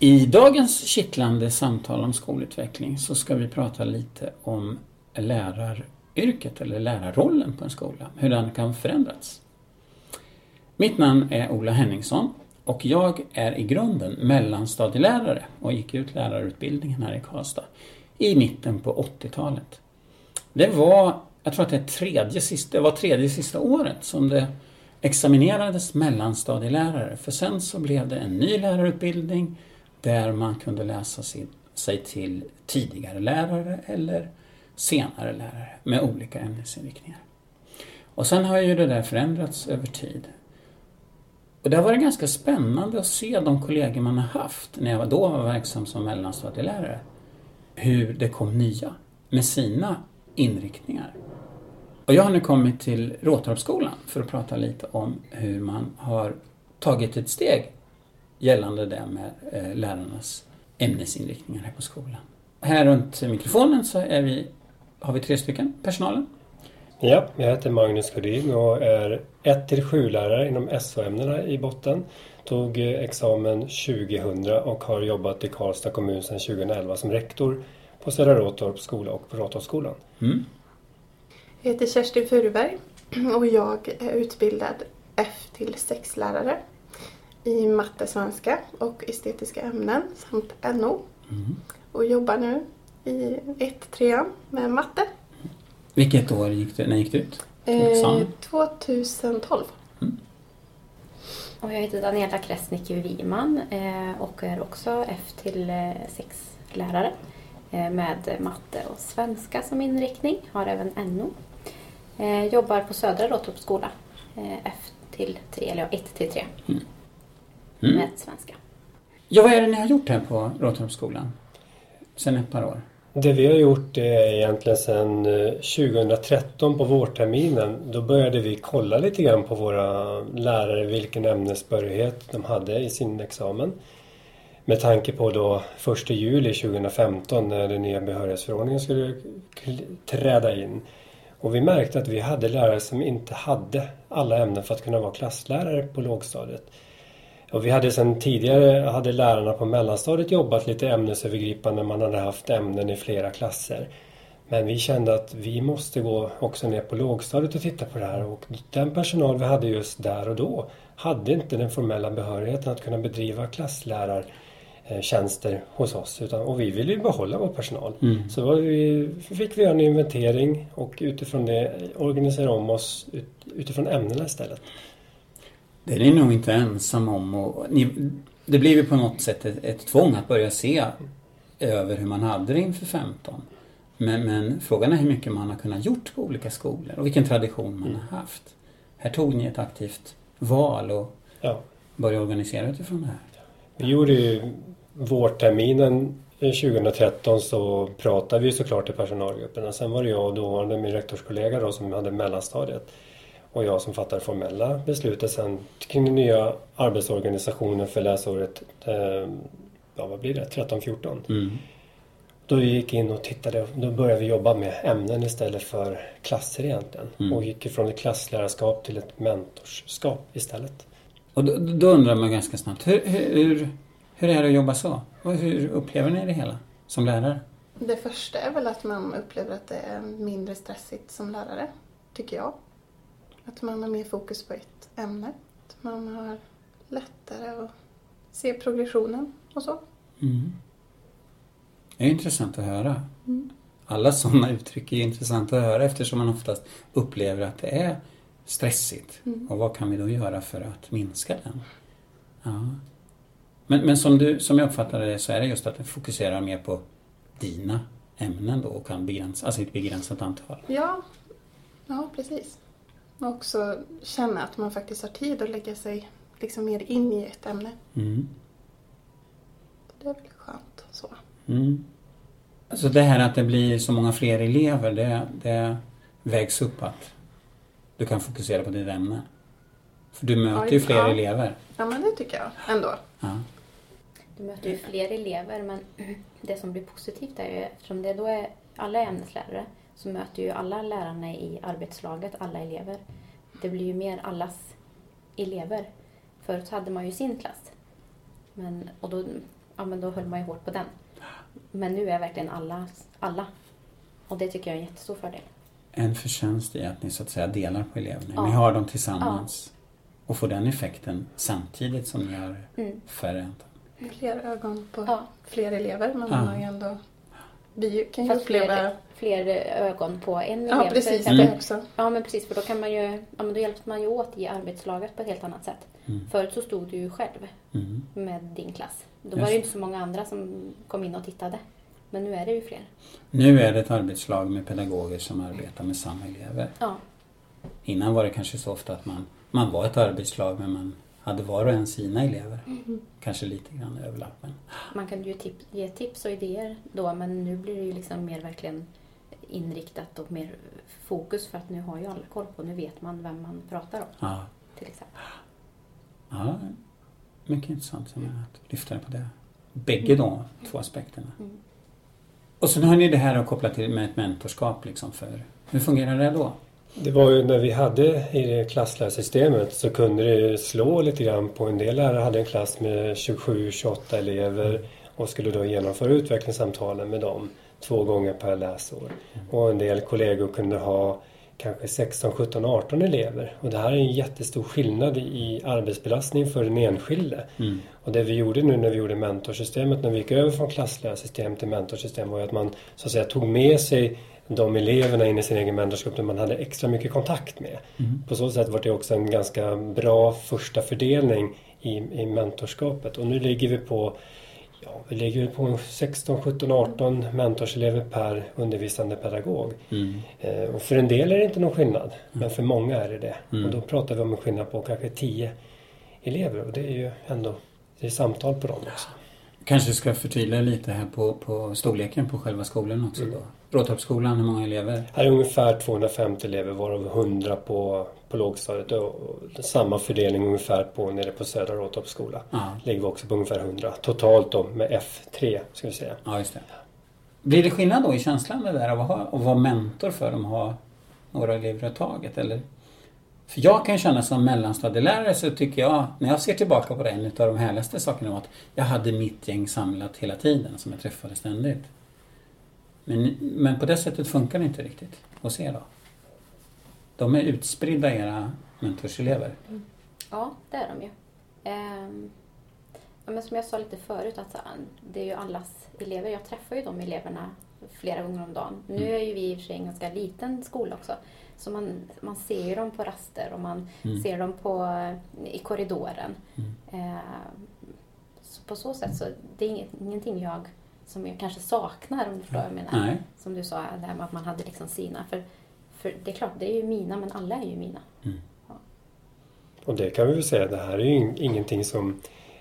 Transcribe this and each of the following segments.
I dagens kittlande samtal om skolutveckling så ska vi prata lite om läraryrket eller lärarrollen på en skola. Hur den kan förändras. Mitt namn är Ola Henningsson och jag är i grunden mellanstadielärare och gick ut lärarutbildningen här i Karlstad i mitten på 80-talet. Det var, jag tror att det var tredje sista året som det examinerades mellanstadielärare. För sen så blev det en ny lärarutbildning där man kunde läsa sig till tidigare lärare eller senare lärare med olika ämnesinriktningar. Och sen har ju det där förändrats över tid. Och det har varit ganska spännande att se de kollegor man har haft när jag då var verksam som mellanstadielärare. Hur det kom nya med sina inriktningar. Och jag har nu kommit till Råtorpsskolan för att prata lite om hur man har tagit ett steg gällande det med lärarnas ämnesinriktningar här på skolan. Här runt mikrofonen så har vi 3 stycken personalen. Ja, jag heter Magnus Sjödin och är 1-7-lärare inom SO-ämnena i botten. Tog examen 2000 och har jobbat i Karlstad kommun sedan 2011 som rektor på Södra Råtorps skola och på Råtorpsskolan. Mm. Jag heter Kerstin Furuberg och jag är utbildad F-6-lärare i matte, svenska och estetiska ämnen samt NO. Mm. Och jobbar nu i 1-3 med matte. Vilket år när gick du ut? 2012. Mm. Och jag heter Daniela Kresnicki-Wiman och är också F-6-lärare med matte och svenska som inriktning. Har även NO. Jobbar på Södra Råtorpsskola F-3 eller 1-3 med svenska. Ja, vad är det ni har gjort här på Råtorpsskolan sedan ett par år? Det vi har gjort är egentligen sedan 2013 på vårterminen. Då började vi kolla lite grann på våra lärare vilken ämnesbehörighet de hade i sin examen. Med tanke på då 1 juli 2015 när den nya behörighetsförordningen skulle träda in. Och vi märkte att vi hade lärare som inte hade alla ämnen för att kunna vara klasslärare på lågstadiet. Och vi hade sedan tidigare lärarna på mellanstadiet jobbat lite ämnesövergripande. Man hade haft ämnen i flera klasser. Men vi kände att vi måste gå också ner på lågstadiet och titta på det här. Och den personal vi hade just där och då hade inte den formella behörigheten att kunna bedriva klasslärartjänster hos oss. Och vi ville ju behålla vår personal. Mm. Så fick vi göra en inventering och utifrån det organisera om oss utifrån ämnena istället. Det är ni nog inte ensam om. Och det blev ju på något sätt ett tvång att börja se över hur man hade det inför 15. Men frågan är hur mycket man har kunnat gjort på olika skolor och vilken tradition man har haft. Här tog ni ett aktivt val och började organisera utifrån det här. Vi gjorde ju vårterminen 2013 så pratade vi såklart i personalgrupperna. Sen var det jag och dåvarande min rektorskollega då, som hade mellanstadiet. Och jag som fattade formella beslutet sen kring den nya arbetsorganisationen för läsåret 13-14. Mm. Då vi gick in och tittade, då började vi jobba med ämnen istället för klasser egentligen. Mm. Och gick ifrån ett klasslärarskap till ett mentorskap istället. Och då undrar man ganska snabbt, hur är det att jobba så? Och hur upplever ni det hela som lärare? Det första är väl att man upplever att det är mindre stressigt som lärare, tycker jag. Att man har mer fokus på ett ämne. Att man har lättare att se progressionen och så. Mm. Det är intressant att höra. Mm. Alla sådana uttryck är intressant att höra eftersom man oftast upplever att det är stressigt. Mm. Och vad kan vi då göra för att minska den? Ja. Men som jag uppfattar det så är det just att det fokuserar mer på dina ämnen då och kan begränsa, alltså ett begränsat antal. Ja, precis. Och också känna att man faktiskt har tid att lägga sig liksom mer in i ett ämne. Mm. Det är väl skönt så. Mm. Alltså det här att det blir så många fler elever, det vägs upp att du kan fokusera på ditt ämne. För du möter ju fler elever. Ja, men det tycker jag ändå. Ja. Du möter ju fler elever, men det som blir positivt är ju, eftersom det då är alla ämneslärare, så möter ju alla lärarna i arbetslaget alla elever. Det blir ju mer allas elever. Förut hade man ju sin klass. men då höll man ju hårt på den. Men nu är verkligen alla. Och det tycker jag är en jättestor fördel. En förtjänst i att ni så att säga delar på eleverna. Ni har dem tillsammans. Och får den effekten samtidigt som ni har färre antal. Fler ögon på fler elever. Men man har ju ändå... Vi kan ju uppleva... Fler ögon på en elev. Ja, precis. Det också. Ja, men precis. För då kan man ju... Ja, men då hjälps man ju åt i arbetslaget på ett helt annat sätt. Förut så stod du ju själv med din klass. Då var det ju inte så många andra som kom in och tittade. Men nu är det ju fler. Nu är det ett arbetslag med pedagoger som arbetar med samma elever. Ja. Innan var det kanske så ofta att man var ett arbetslag men man hade var och en sina elever. Kanske lite grann överlappen. Man kan ju ge tips och idéer då, men nu blir det ju liksom mer verkligen inriktat och mer fokus för att nu har ju alla koll på, nu vet man vem man pratar om. Ja. Till exempel. Ja, mycket intressant att lyfta det på det. Bägge då, två aspekterna. Och sen har ni det här att koppla till med ett mentorskap liksom för. Hur fungerar det då? Det var ju när vi hade i det klasslärarsystemet så kunde det slå lite grann på en del lärare hade en klass med 27-28 elever och skulle då genomföra utvecklingssamtalen med dem 2 gånger per läsår. Och en del kollegor kunde ha kanske 16, 17, 18 elever. Och det här är en jättestor skillnad i arbetsbelastning för den enskilde. Och det vi gjorde nu när vi gjorde mentorsystemet, när vi gick över från klasslärarsystem till mentorsystem var att man så att säga tog med sig de eleverna in i sin egen mentorskap där man hade extra mycket kontakt med. På så sätt var det också en ganska bra första fördelning i mentorskapet. Och nu ligger vi på 16, 17, 18 mentorselever per undervisande pedagog. Och för en del är det inte någon skillnad, men för många är det. Och då pratar vi om en skillnad på kanske 10 elever och det är ju ändå det är samtal på dem också. Kanske ska förtydliga lite här på storleken på själva skolan också då. Råtorpsskolan, hur många elever? Här är ungefär 250 elever varav 100 på lågstadiet och samma fördelning ungefär nere på Södra Råtorpsskola. Ligger vi också på ungefär 100. Totalt då med F3 ska vi säga. Ja, just det. Blir det skillnad då i känslan med det där av att vara mentor för att ha några elever i taget eller? För jag kan känna som mellanstadielärare så tycker jag, när jag ser tillbaka på det, en av de härligaste sakerna var att jag hade mitt gäng samlat hela tiden som jag träffade ständigt. Men på det sättet funkar det inte riktigt hos er då. De är utspridda era mentorselever. Ja, det är de ju. Men som jag sa lite förut, att det är ju allas elever. Jag träffar ju de eleverna flera gånger om dagen. Nu är ju vi i och för sig en ganska liten skola också. Så man ser ju dem på raster och man ser dem i korridoren. Så på så sätt så det är ingenting som jag kanske saknar, om du förstår vad jag menar. Nej. Som du sa, det här med att man hade liksom sina. För det är klart, det är ju mina, men alla är ju mina. Ja. Och det kan vi väl säga, det här är ju ingenting som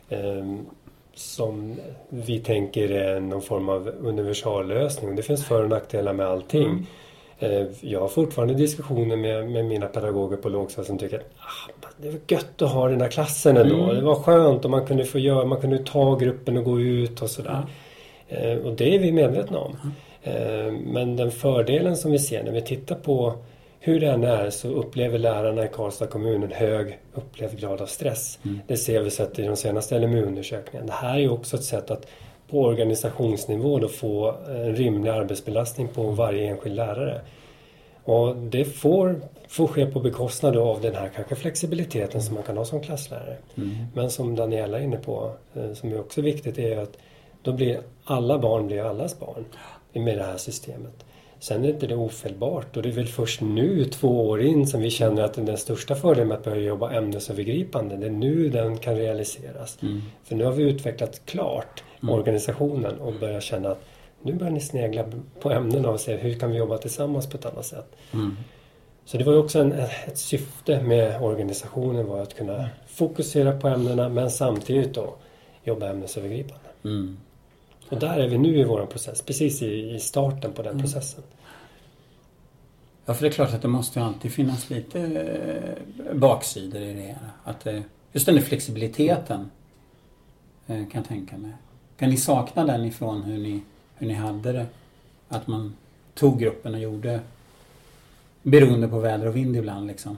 vi tänker är någon form av universallösning. Det finns för- och nackdelar med allting. Jag har fortfarande diskussioner med mina pedagoger på lågstadiet som tycker att det var gött att ha den här klassen ändå. Det var skönt och man kunde ta gruppen och gå ut och sådär. Och det är vi medvetna om. Men den fördelen som vi ser när vi tittar på hur det än är så upplever lärarna i Karlstad kommun en hög upplevd grad av stress. Det ser vi sett i de senaste LMU-undersökningarna. Det här är ju också ett sätt att på organisationsnivå då få en rimlig arbetsbelastning på varje enskild lärare. Och det får ske på bekostnad av den här kanske flexibiliteten som man kan ha som klasslärare. Men som Daniela är inne på, som är också viktigt, är att då blir alla barn allas barn med det här systemet. Sen är inte det ofelbart och det är väl först nu 2 år in som vi känner att den största fördelen med att börja jobba ämnesövergripande, det är nu den kan realiseras. För nu har vi utvecklat klart organisationen och börjar känna att nu börjar ni snegla på ämnena och se hur kan vi jobba tillsammans på ett annat sätt. Så det var ju också ett syfte med organisationen var att kunna fokusera på ämnena men samtidigt då jobba ämnesövergripande. Och där är vi nu i vår process, precis i starten på den processen. Ja, för det är klart att det måste ju alltid finnas lite baksidor i det här. Att just den där flexibiliteten kan jag tänka mig. Kan ni sakna den ifrån hur ni hade det? Att man tog gruppen och gjorde beroende på väder och vind ibland liksom.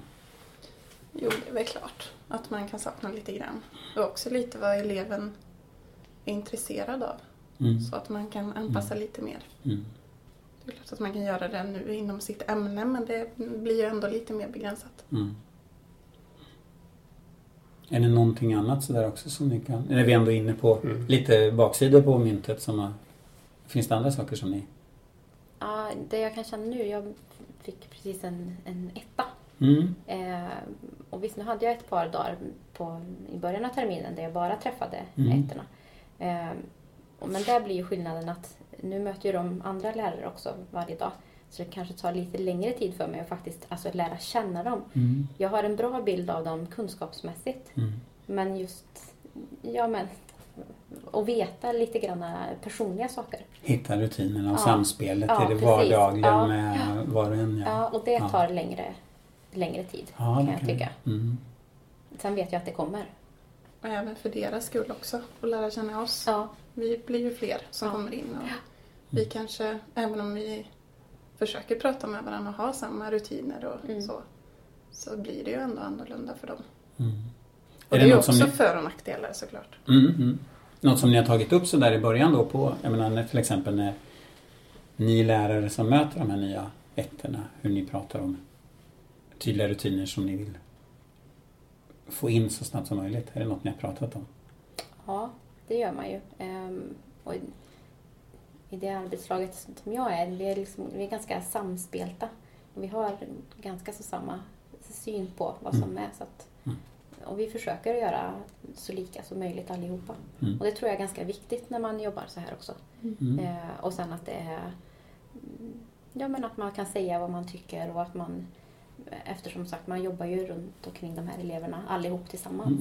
Jo, det är väl klart att man kan sakna lite grann. Och också lite vad eleven är intresserad av. Så att man kan anpassa lite mer. Det är klart att man kan göra det nu inom sitt ämne, men det blir ju ändå lite mer begränsat. Är det någonting annat så där också som ni kan... Är vi ändå inne på lite baksidor på myntet som finns det andra saker som ni... Ja, det jag kan känna nu, jag fick precis en etta. Och visst, nu hade jag ett par dagar i början av terminen där jag bara träffade ettorna. Men där blir ju skillnaden att nu möter ju de andra lärare också varje dag. Så det kanske tar lite längre tid för mig att faktiskt lära känna dem. Jag har en bra bild av dem kunskapsmässigt. Men just, och veta lite grann personliga saker. Hitta rutinerna och samspelet i det vardagliga med var och en. Ja, och det tar längre tid kan jag tycka. Sen vet jag att det kommer. Och även för deras skull också. Och lära känna oss. Ja. Vi blir ju fler som kommer in. Och vi kanske, även om vi försöker prata med varandra och ha samma rutiner och så blir det ju ändå annorlunda för dem. Och det är ju också för- och nackdelar såklart. Något som ni har tagit upp så där i början då på, jag menar till exempel när ni lärare som möter de här nya ettorna, hur ni pratar om tydliga rutiner som ni vill få in så snabbt som möjligt. Är det något ni har pratat om? Ja, det gör man ju. Och i det arbetslaget som jag är, vi är ganska samspelta. Och vi har ganska så samma syn på vad som är. Så att, och vi försöker göra så lika som möjligt allihopa. Och det tror jag är ganska viktigt när man jobbar så här också. Och sen att det är... Ja, men att man kan säga vad man tycker och att man... Eftersom sagt, man jobbar ju runt omkring de här eleverna allihop tillsammans.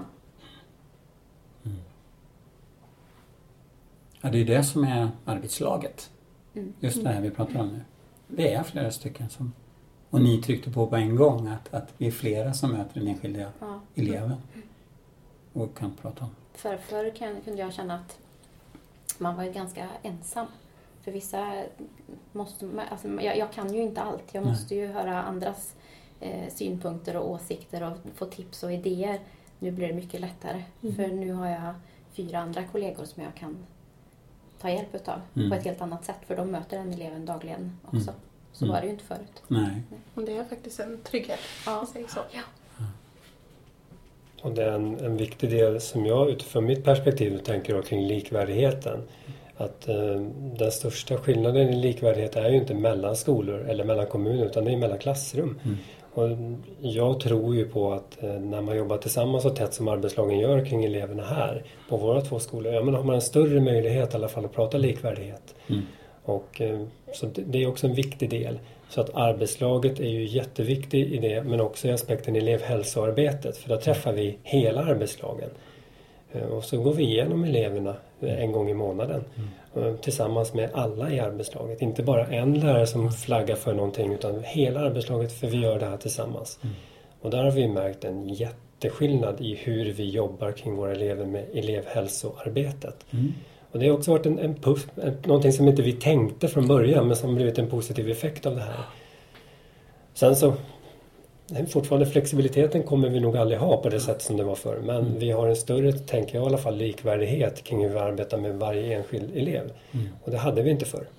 Ja, det är det som är arbetslaget. Just det här vi pratar om nu. Det är flera stycken som... Och ni tryckte på en gång att vi är flera som möter den enskilda eleven. Och kan prata om. Förr kunde jag känna att man var ganska ensam. För vissa måste... jag kan ju inte allt. Jag måste ju höra andras synpunkter och åsikter och få tips och idéer. Nu blir det mycket lättare. För nu har jag 4 andra kollegor som jag kan ta hjälp utav på ett helt annat sätt. För de möter den eleven dagligen också. Så var det ju inte förut. Nej. Och det är faktiskt en trygghet. Ja, säger så. Ja. Och det är en viktig del som jag utifrån mitt perspektiv tänker kring likvärdigheten. Att den största skillnaden i likvärdighet är ju inte mellan skolor eller mellan kommuner utan det är mellan klassrum. Och jag tror ju på att när man jobbar tillsammans så tätt som arbetslagen gör kring eleverna här på våra 2 skolor, men har man en större möjlighet i alla fall att prata likvärdighet. Och så det är också en viktig del. Så att arbetslaget är ju jätteviktigt i det, men också i aspekten elevhälsoarbetet. För då träffar vi hela arbetslagen. Och så går vi igenom eleverna en gång i månaden. Tillsammans med alla i arbetslaget. Inte bara en lärare som flaggar för någonting utan hela arbetslaget, för vi gör det här tillsammans. Och där har vi märkt en jätteskillnad i hur vi jobbar kring våra elever med elevhälsoarbetet. Och det har också varit någonting som inte vi tänkte från början men som blivit en positiv effekt av det här. Sen så fortfarande flexibiliteten kommer vi nog aldrig ha på det sätt som det var förr. Men vi har en större, tänker jag i alla fall, likvärdighet kring hur vi arbetar med varje enskild elev. Och det hade vi inte förr.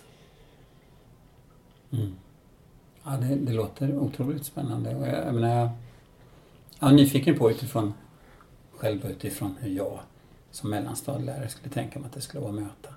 Ja, det låter otroligt spännande. Och jag menar, jag är nyfiken på utifrån hur jag som mellanstadielärare skulle tänka mig att det skulle vara att möta.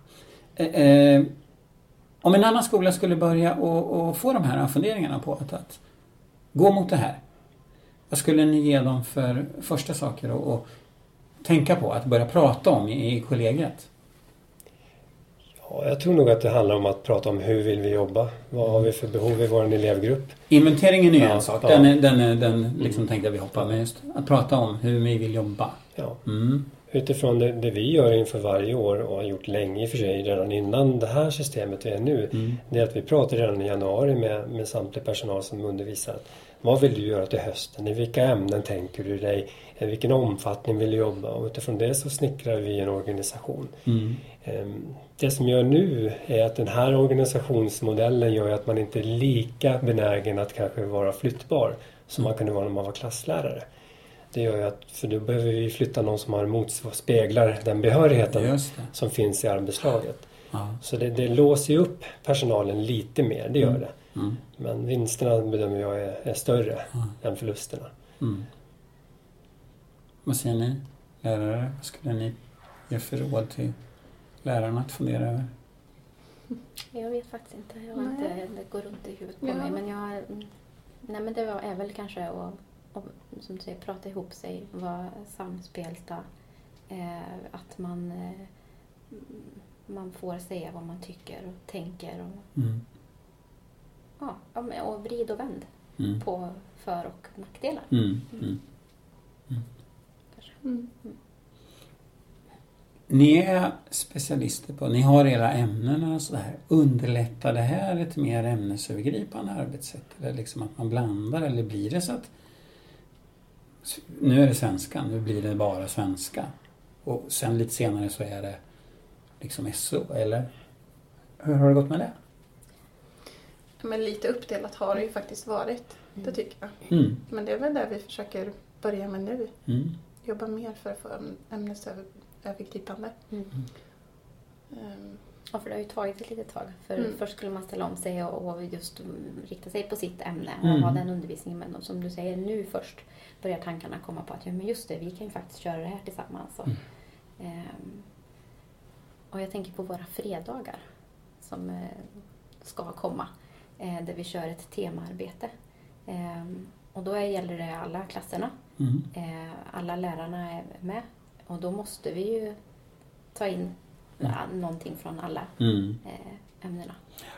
Om en annan skola skulle börja och få de här funderingarna på att gå mot det här. Vad skulle ni ge dem för första saker att tänka på, att börja prata om i kollegiet? Ja, jag tror nog att det handlar om att prata om hur vill vi jobba. Vad har vi för behov i vår elevgrupp? Inventeringen är ju en sak. Den liksom tänkte vi hoppa med just. Att prata om hur vi vill jobba. Ja. Utifrån det vi gör inför varje år och har gjort länge i och för sig redan innan det här systemet vi är nu. Det är att vi pratar redan i januari med samtlig personal som undervisar. Vad vill du göra till hösten? I vilka ämnen tänker du dig? I vilken omfattning vill du jobba? Och utifrån det så snickrar vi en organisation. Det som gör nu är att den här organisationsmodellen gör att man inte är lika benägen att kanske vara flyttbar som man kunde vara när man var klasslärare. Det gör ju att, för då behöver vi flytta någon som har speglar den behörigheten som finns i arbetslaget. Ja. Så det låser ju upp personalen lite mer, det gör det. Mm. Men vinsterna bedömer jag är större än förlusterna. Mm. Vad säger ni, lärare? Vad skulle ni ge för råd till lärarna att fundera över? Jag vet faktiskt inte. Det går runt i huvudet på mig. Men det är väl kanske att som du säger, prata ihop sig, vara samspelta. Att man får säga vad man tycker och tänker. Och vrid och vänd på för- och nackdelar. Ni är specialister på, ni har era ämnen och sådär. Underlättar det här ett mer ämnesövergripande arbetssätt? Eller liksom att man blandar, eller blir det så att nu är det svenska, nu blir det bara svenska. Och sen lite senare så är det liksom SO, eller hur har det gått med det? Men lite uppdelat har det ju faktiskt varit, det tycker jag. Men det är väl det vi försöker börja med nu. Jobba mer för att få ämnesövergripande. Ja, för det har ju tagit ett litet tag. För först skulle man ställa om sig och just rikta sig på sitt ämne och ha den undervisningen. Men som du säger, nu först börjar tankarna komma på att men just det, vi kan ju faktiskt köra det här tillsammans. Och jag tänker på våra fredagar som ska komma. Där vi kör ett temaarbete. Och då gäller det alla klasserna. Alla lärarna är med. Och då måste vi ju ta in någonting från alla ämnena.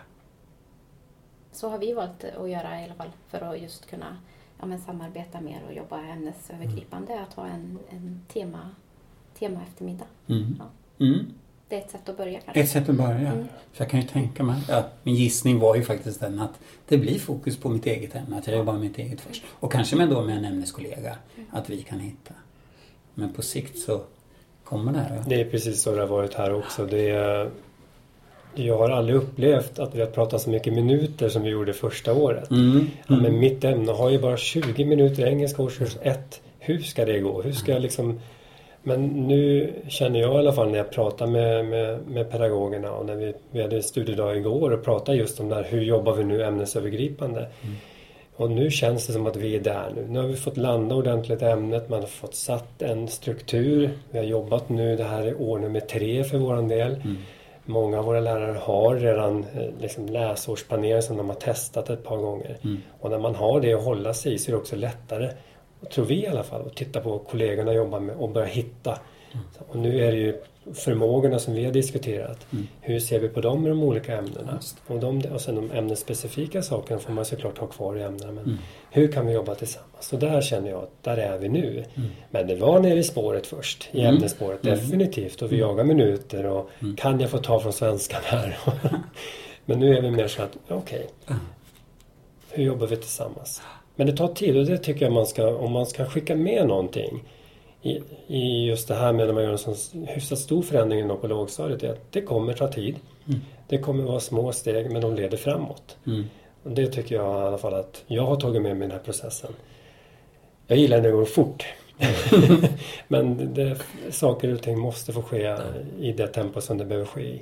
Så har vi valt att göra i alla fall för att just kunna samarbeta mer och jobba ämnesövergripande. Att ha en tema eftermiddag. Det är ett sätt att börja kanske. Ett sätt att börja. För jag kan ju tänka mig, min gissning var ju faktiskt den att det blir fokus på mitt eget ämne, att jag jobbar med mitt eget först. Och kanske med en ämneskollega, att vi kan hitta. Men på sikt så kommer det här. Det är precis så det har varit här också. Jag har aldrig upplevt att vi har pratat så mycket minuter som vi gjorde första året. Men mitt ämne har ju bara 20 minuter engelska årskurs 1. Hur ska det gå? Hur ska jag liksom... Men nu känner jag i alla fall när jag pratar med pedagogerna och när vi hade studiedag igår och pratade just om det här, hur jobbar vi nu ämnesövergripande? Och nu känns det som att vi är där nu. Nu har vi fått landa ordentligt i ämnet, man har fått satt en struktur. Vi har jobbat nu, det här är år nummer 3 för våran del. Många av våra lärare har redan läsårsplanering som de har testat ett par gånger. Och när man har det att hålla sig i så är det också lättare, tror vi i alla fall, att titta på kollegorna jobba med och börja hitta. Och nu är det ju förmågorna som vi har diskuterat. Hur ser vi på dem i de olika ämnena? Och sen de ämnesspecifika sakerna får man såklart ha kvar i ämnena. Men hur kan vi jobba tillsammans? Så där känner jag att där är vi nu. Men det var nere i spåret först. I ämnesspåret definitivt. Och vi jagar minuter. Och kan jag få ta från svenskan här? Men nu är vi mer så att okej. Hur jobbar vi tillsammans? Men det tar tid och det tycker jag om man ska skicka med någonting i just det här med när man gör en sån hyfsat stor förändring på lågstadiet, är att det kommer ta tid. Det kommer vara små steg men de leder framåt. Och det tycker jag i alla fall att jag har tagit med mig i den här processen. Jag gillar när det går fort. Men saker och ting måste få ske i det tempo som det behöver ske i.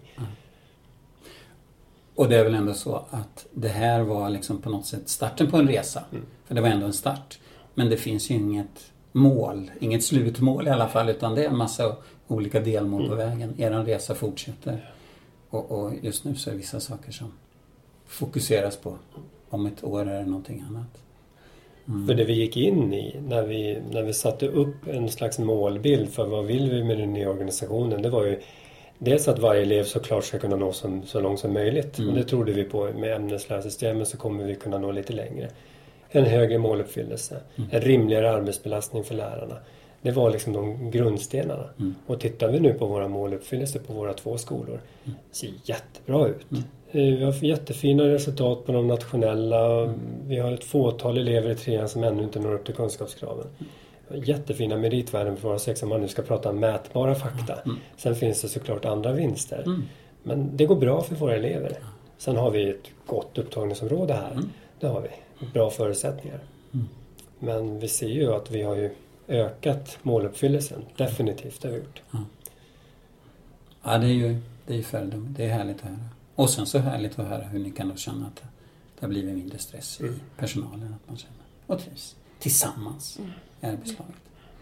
Och det är väl ändå så att det här var liksom på något sätt starten på en resa. För det var ändå en start. Men det finns ju inget mål, inget slutmål i alla fall, utan det är en massa olika delmål på vägen. Er resa fortsätter. Och just nu så är det vissa saker som fokuseras på. Om ett år är det någonting annat. För det vi gick in i när vi satte upp en slags målbild för vad vill vi med den nya organisationen, det var ju dels att varje elev såklart ska kunna nå så långt som möjligt. Och det trodde vi på med ämneslärarsystemet, så kommer vi kunna nå lite längre. En högre måluppfyllelse. En rimligare arbetsbelastning för lärarna. Det var liksom de grundstenarna. Och tittar vi nu på våra måluppfyllelse på våra 2 skolor. Det ser jättebra ut. Vi har jättefina resultat på de nationella. Vi har ett fåtal elever i 3:an som ännu inte når upp till kunskapskraven. Jättefina meritvärden för våra 6, om man nu ska prata om mätbara fakta. Sen finns det såklart andra vinster. Men det går bra för våra elever. Sen har vi ett gott upptagningsområde här. Det har vi. Bra förutsättningar. Men vi ser ju att vi har ju ökat måluppfyllelsen. Definitivt har vi gjort. Ja, det är ju föredömligt. Det är härligt att höra. Och sen så härligt att höra hur ni kan då känna att det har blivit mindre stress i personalen. Att man känner och trivs tillsammans i arbetslaget.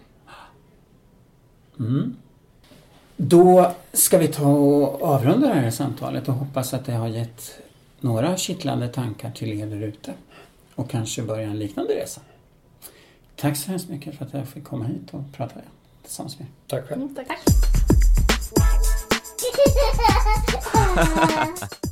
Då ska vi ta och avrunda det här samtalet och hoppas att det har gett några kittlande tankar till er där ute. Och kanske börja en liknande resa. Tack så hemskt mycket för att jag fick komma hit och prata tillsammans med er. Tack själv. Tack.